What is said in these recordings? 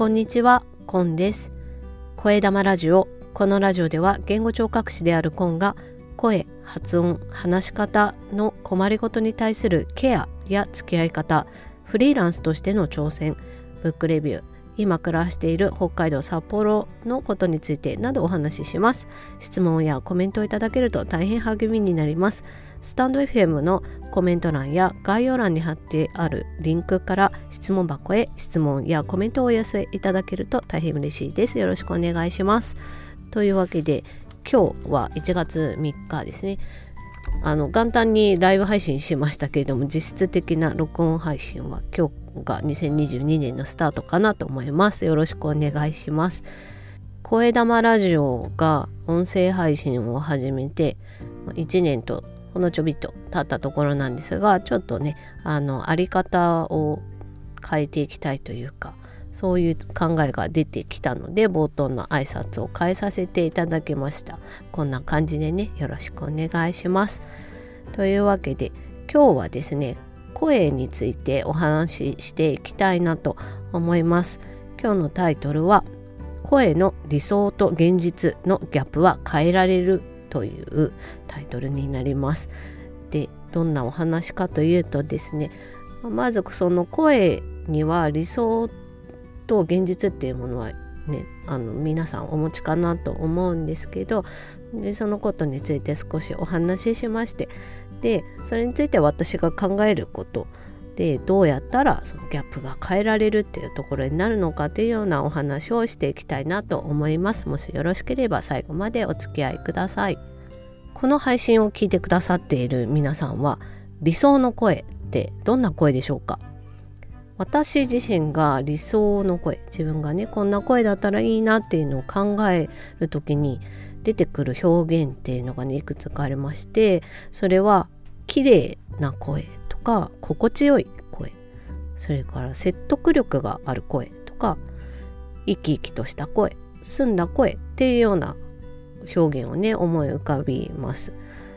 こんにちは、コンです。声玉ラジオ。このラジオでは言語聴覚士であるコンが声、発音、話し方の困りごとに対するケアや付き合い方、フリーランスとしての挑戦、ブックレビュー、今暮らしている北海道札幌のことについてなどお話しします。質問やコメントをいただけると大変励みになります。スタンド FM のコメント欄や概要欄に貼ってあるリンクから質問箱へ質問やコメントをお寄せいただけると大変嬉しいです。よろしくお願いします。というわけで今日は1月3日ですね。元旦にライブ配信しましたけれども、実質的な録音配信は今日が2022年のスタートかなと思います。よろしくお願いします。声玉ラジオが音声配信を始めて1年とほんのちょびっと経ったところなんですが、ちょっとねあり方を変えていきたいというか、そういう考えが出てきたので冒頭の挨拶を変えさせていただきました。こんな感じでね、よろしくお願いします。というわけで今日はですね、声についてお話ししていきたいなと思います。今日のタイトルは声の理想と現実のギャップは変えられるというタイトルになります。で、どんなお話かというとですね、まずその声には理想と現実っていうものはね、皆さんお持ちかなと思うんですけど、でそのことについて少しお話ししまして、でそれについて私が考えることで、どうやったらそのギャップが変えられるっていうところになるのかというようなお話をしていきたいなと思います。もしよろしければ最後までお付き合いください。この配信を聞いてくださっている皆さんは、理想の声ってどんな声でしょうか？私自身が理想の声、自分がねこんな声だったらいいなっていうのを考えるときに出てくる表現っていうのがねいくつかありまして、それは綺麗な声とか心地よい声、それから説得力がある声とか生き生きとした声、澄んだ声っていうような表現をね思い浮かびます。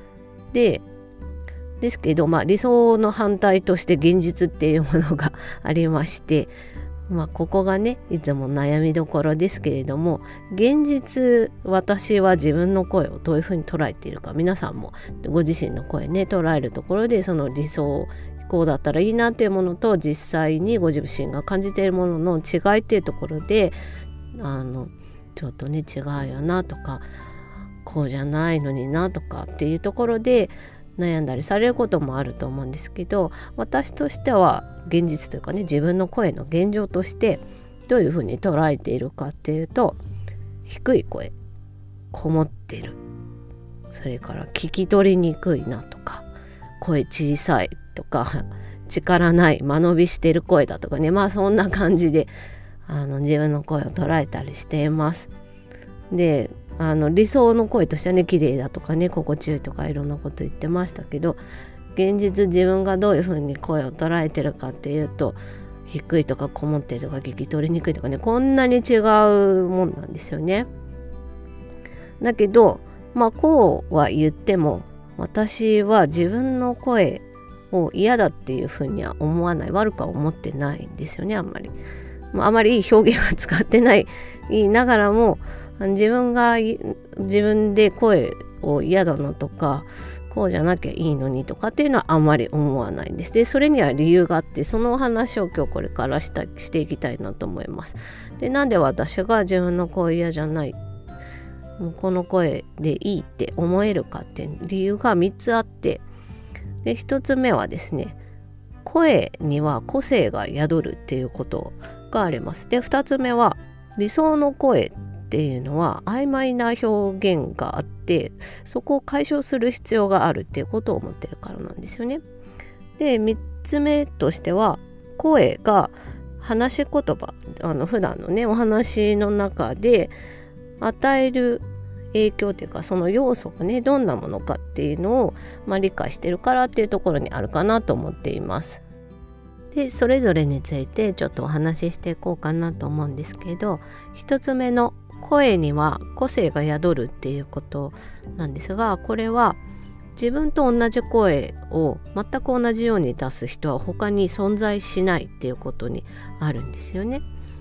ですけど、理想の反対として現実っていうものがありまして、ここがねいつも悩みどころですけれども、現実私は自分の声をどういうふうに捉えているか、皆さんもご自身の声ね捉えるところで、その理想こうだったらいいなっていうものと実際にご自身が感じているものの違いっていうところでちょっとね違うよなとか、こうじゃないのになとかっていうところで悩んだりされることもあると思うんですけど、私としては現実というかね、自分の声の現状としてどういうふうに捉えているかっていうと、低い声、こもってる、それから聞き取りにくいなとか、声小さいとか力ない、間延びしてる声だとかね、そんな感じで自分の声を捉えたりしています。で理想の声としてはね、綺麗だとかね、心地よいとかいろんなこと言ってましたけど、現実自分がどういうふうに声を捉えてるかっていうと、低いとかこもってるとか聞き取りにくいとかね、こんなに違うもんなんですよね。だけどこうは言っても、私は自分の声を嫌だっていうふうには思わない、悪くは思ってないんですよね。あんまりいい表現は使ってない言いながらも、自分で声を嫌だなとか、こうじゃなきゃいいのにとかっていうのはあんまり思わないんです。でそれには理由があって、そのお話を今日これからしていきたいなと思います。でなんで私が自分の声嫌じゃない、この声でいいって思えるかっていう理由が3つあって、で1つ目はですね、声には個性が宿るっていうことがあります。で2つ目は、理想の声っていうのは曖昧な表現があって、そこを解消する必要があるっていうことを思ってるからなんですよね。で3つ目としては、声が話し言葉、普段のねお話の中で与える影響というか、その要素がねどんなものかっていうのを理解してるからっていうところにあるかなと思っています。でそれぞれについてちょっとお話ししていこうかなと思うんですけど、1つ目の声には個性が宿るっていうことなんですが、これは自分と同じ声を全く同じように出す人は他に存在しないっていうことにあるんですよね。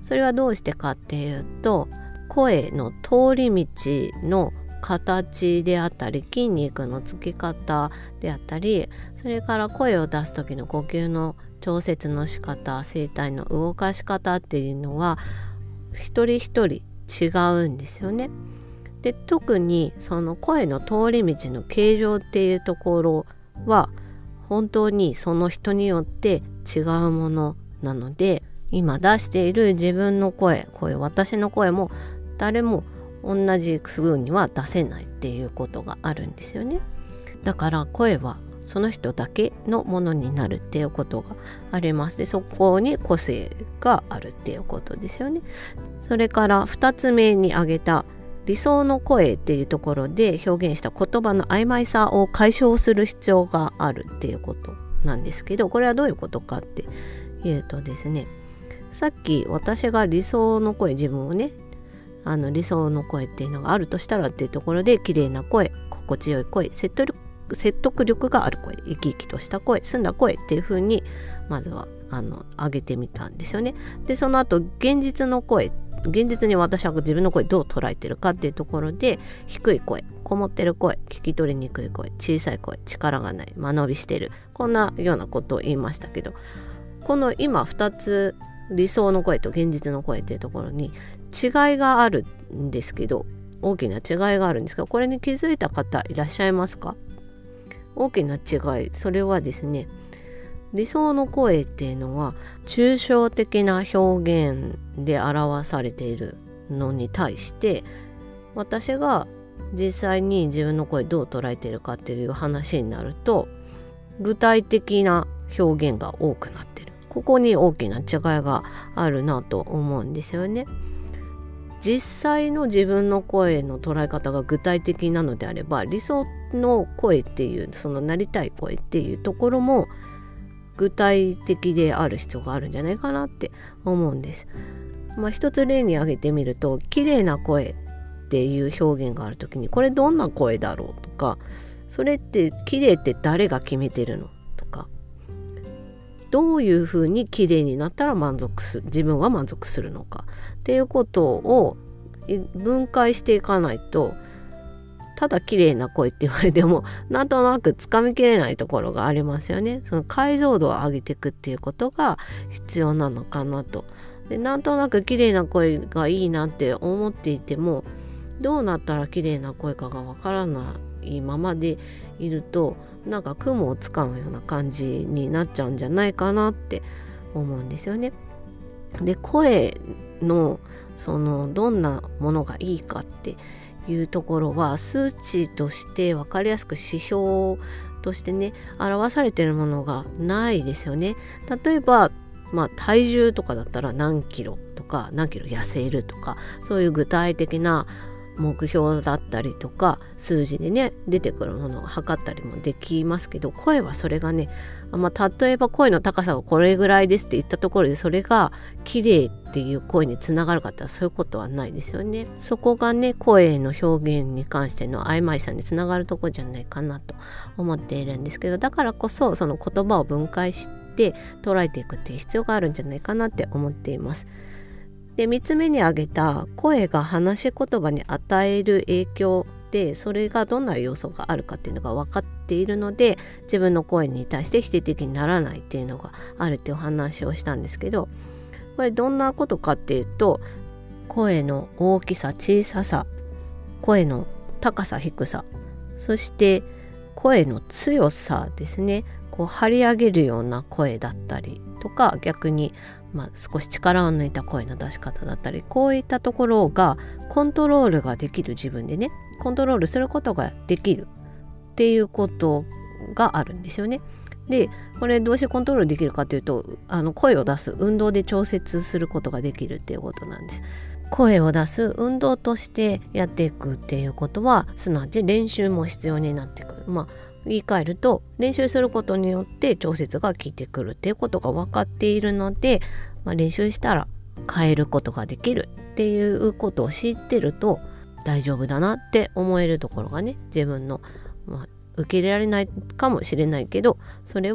それはどうしてかっていうと、声の通り道の形であったり、筋肉のつき方であったり、それから声を出す時の呼吸の調節の仕方、声帯の動かし方っていうのは一人一人違うんですよね。で、特にその声の通り道の形状っていうところは本当にその人によって違うものなので、今出している自分の声、こういう私の声も誰も同じ風には出せないっていうことがあるんですよね。だから声はその人だけのものになるっていうことがあります。で、そこに個性があるっていうことですよね。それから2つ目に挙げた理想の声っていうところで表現した言葉の曖昧さを解消する必要があるっていうことなんですけど、これはどういうことかっていうとですね、さっき私が理想の声、自分をね、理想の声っていうのがあるとしたらっていうところで、綺麗な声、心地よい声、説得力がある声、生き生きとした声、澄んだ声っていう風にまずは上げてみたんですよね。で、その後現実の声、現実に私は自分の声どう捉えてるかっていうところで、低い声、こもってる声、聞き取りにくい声、小さい声、力がない、間延びしてる、こんなようなことを言いましたけど、この今2つ、理想の声と現実の声っていうところに違いがあるんですけど、大きな違いがあるんですけど、これに気づいた方いらっしゃいますか？大きな違い、それはですね、理想の声っていうのは抽象的な表現で表されているのに対して、私が実際に自分の声どう捉えているかっていう話になると、具体的な表現が多くなっている。ここに大きな違いがあるなと思うんですよね。実際の自分の声の捉え方が具体的なのであれば、理想の声っていう、そのなりたい声っていうところも具体的である必要があるんじゃないかなって思うんです。一つ例に挙げてみると、綺麗な声っていう表現があるときに、これどんな声だろうとか、それって綺麗って誰が決めてるのとか、どういうふうに綺麗になったら自分は満足するのかっていうことを分解していかないと、ただ綺麗な声って言われてもなんとなくつかみきれないところがありますよね。その解像度を上げていくっていうことが必要なのかなと。で、なんとなく綺麗な声がいいなって思っていても、どうなったら綺麗な声かがわからないままでいると、なんか雲をつかむような感じになっちゃうんじゃないかなって思うんですよね。で、声のそのどんなものがいいかっていうところは、数値として分かりやすく指標としてね表されているものがないですよね。例えば体重とかだったら何キロとか何キロ痩せるとか、そういう具体的な目標だったりとか数字でね出てくるものを測ったりもできますけど、声はそれがね、例えば声の高さがこれぐらいですって言ったところでそれが綺麗っていう声につながるかってそういうことはないですよね。そこがね、声の表現に関しての曖昧さにつながるところじゃないかなと思っているんですけど、だからこそその言葉を分解して捉えていくっていう必要があるんじゃないかなって思っています。で、3つ目に挙げた声が話し言葉に与える影響で、それがどんな要素があるかっていうのが分かっているので、自分の声に対して否定的にならないっていうのがあるっていうお話をしたんですけど、これどんなことかっていうと、声の大きさ小ささ、声の高さ低さ、そして声の強さですね。張り上げるような声だったりとか、逆に少し力を抜いた声の出し方だったり、こういったところがコントロールができる、自分でねコントロールすることができるっていうことがあるんですよね。で、これどうしてコントロールできるかというと、声を出す運動で調節することができるっていうことなんです。声を出す運動としてやっていくっていうことは、すなわち練習も必要になってくる。言い換えると、練習することによって調節が効いてくるっていうことが分かっているので、練習したら変えることができるっていうことを知ってると大丈夫だなって思えるところがね、自分の、受け入れられないかもしれないけど、それは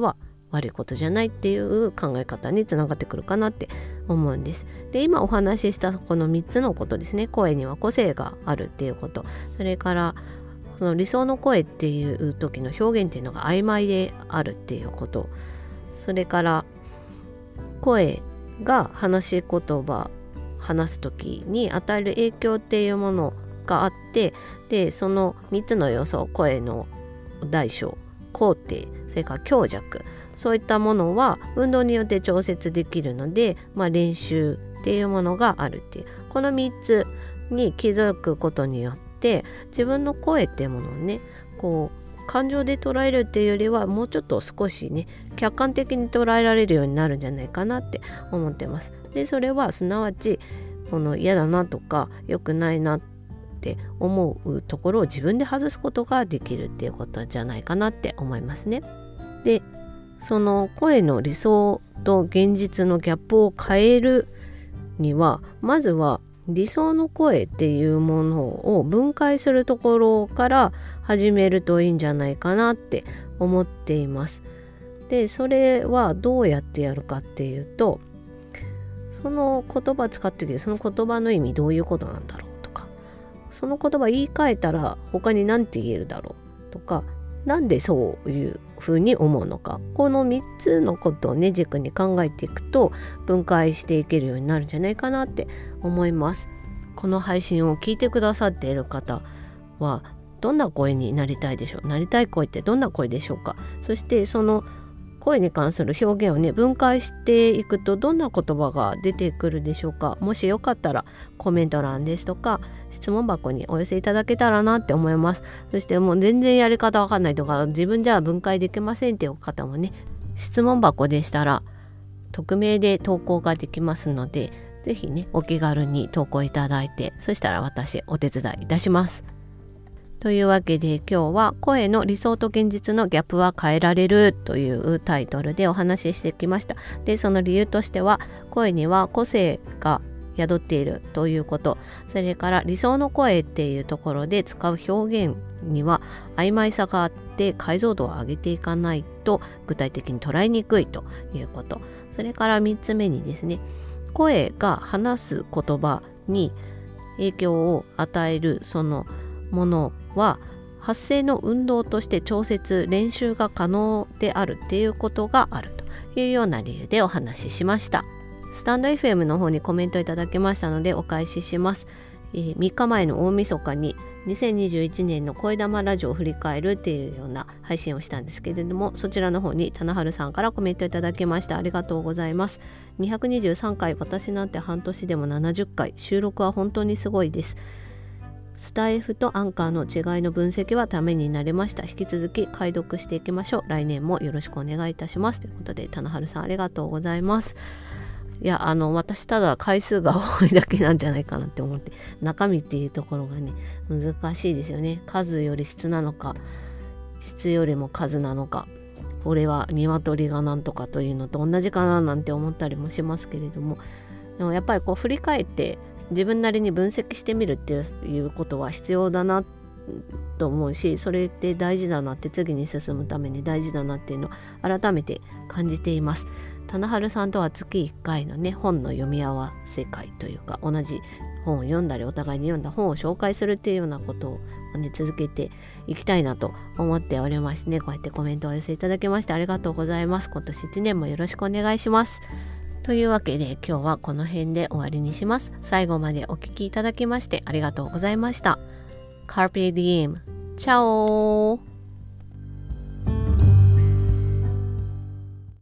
悪いことじゃないっていう考え方につながってくるかなって思うんです。で、今お話ししたこの3つのことですね。声には個性があるっていうこと、それからその理想の声っていう時の表現っていうのが曖昧であるっていうこと、それから声が話す時に与える影響っていうものがあって、でその3つの要素、声の大小、高低、それから強弱、そういったものは運動によって調節できるので、練習っていうものがあるっていう、この3つに気づくことによって自分の声っていうものをね、こう感情で捉えるっていうよりはもうちょっと少しね客観的に捉えられるようになるんじゃないかなって思ってます。でそれはすなわちこの嫌だなとか良くないなって思うところを自分で外すことができるっていうことじゃないかなって思いますね。でその声の理想と現実のギャップを変えるには、まずは理想の声っていうものを分解するところから始めるといいんじゃないかなって思っています。でそれはどうやってやるかっていうと、その言葉使ってるけどその言葉の意味どういうことなんだろうとか、その言葉言い換えたら他に何て言えるだろうとか、なんでそういうふうに思うのか、この3つのことをね軸に考えていくと分解していけるようになるんじゃないかなって思います。この配信を聞いてくださっている方はどんな声になりたいでしょう、なりたい声ってどんな声でしょうか。そしてその声に関する表現をね分解していくとどんな言葉が出てくるでしょうか。もしよかったらコメント欄ですとか質問箱にお寄せいただけたらなって思います。そしてもう全然やり方わかんないとか自分じゃ分解できませんっていう方もね、質問箱でしたら匿名で投稿ができますので、ぜひねお気軽に投稿いただいて、そしたら私お手伝いいたします。というわけで今日は声の理想と現実のギャップは変えられるというタイトルでお話ししてきました。でその理由としては声には個性が宿っているということ、それから理想の声っていうところで使う表現には曖昧さがあって解像度を上げていかないと具体的に捉えにくいということ、それから3つ目にですね、声が話す言葉に影響を与えるそのものは発声の運動として調節練習が可能であるっていうことがあるというような理由でお話ししました。スタンド FM の方にコメントいただきましたのでお返しします。3日前の大晦日に2021年の声玉ラジオを振り返るっていうような配信をしたんですけれども、そちらの方に棚春さんからコメントいただきました。ありがとうございます。223回、私なんて半年でも70回、収録は本当にすごいです。スタイフとアンカーの違いの分析はためになりました。引き続き解読していきましょう。来年もよろしくお願いいたします。ということで棚春さんありがとうございます。いや私ただ回数が多いだけなんじゃないかなって思って、中身っていうところがね難しいですよね。数より質なのか質よりも数なのか、これは鶏がなんとかというのと同じかななんて思ったりもしますけれども、でもやっぱりこう振り返って自分なりに分析してみるっていうことは必要だなと思うし、それって大事だなって、次に進むために大事だなっていうのを改めて感じています。棚春さんとは月1回のね本の読み合わせ会というか、同じ本を読んだりお互いに読んだ本を紹介するっていうようなことを、ね、続けていきたいなと思っておりますね。こうやってコメントをお寄せいただきましてありがとうございます。今年1年もよろしくお願いします。というわけで今日はこの辺で終わりにします。最後までお聞きいただきましてありがとうございました。Carpe Diem。チャオ。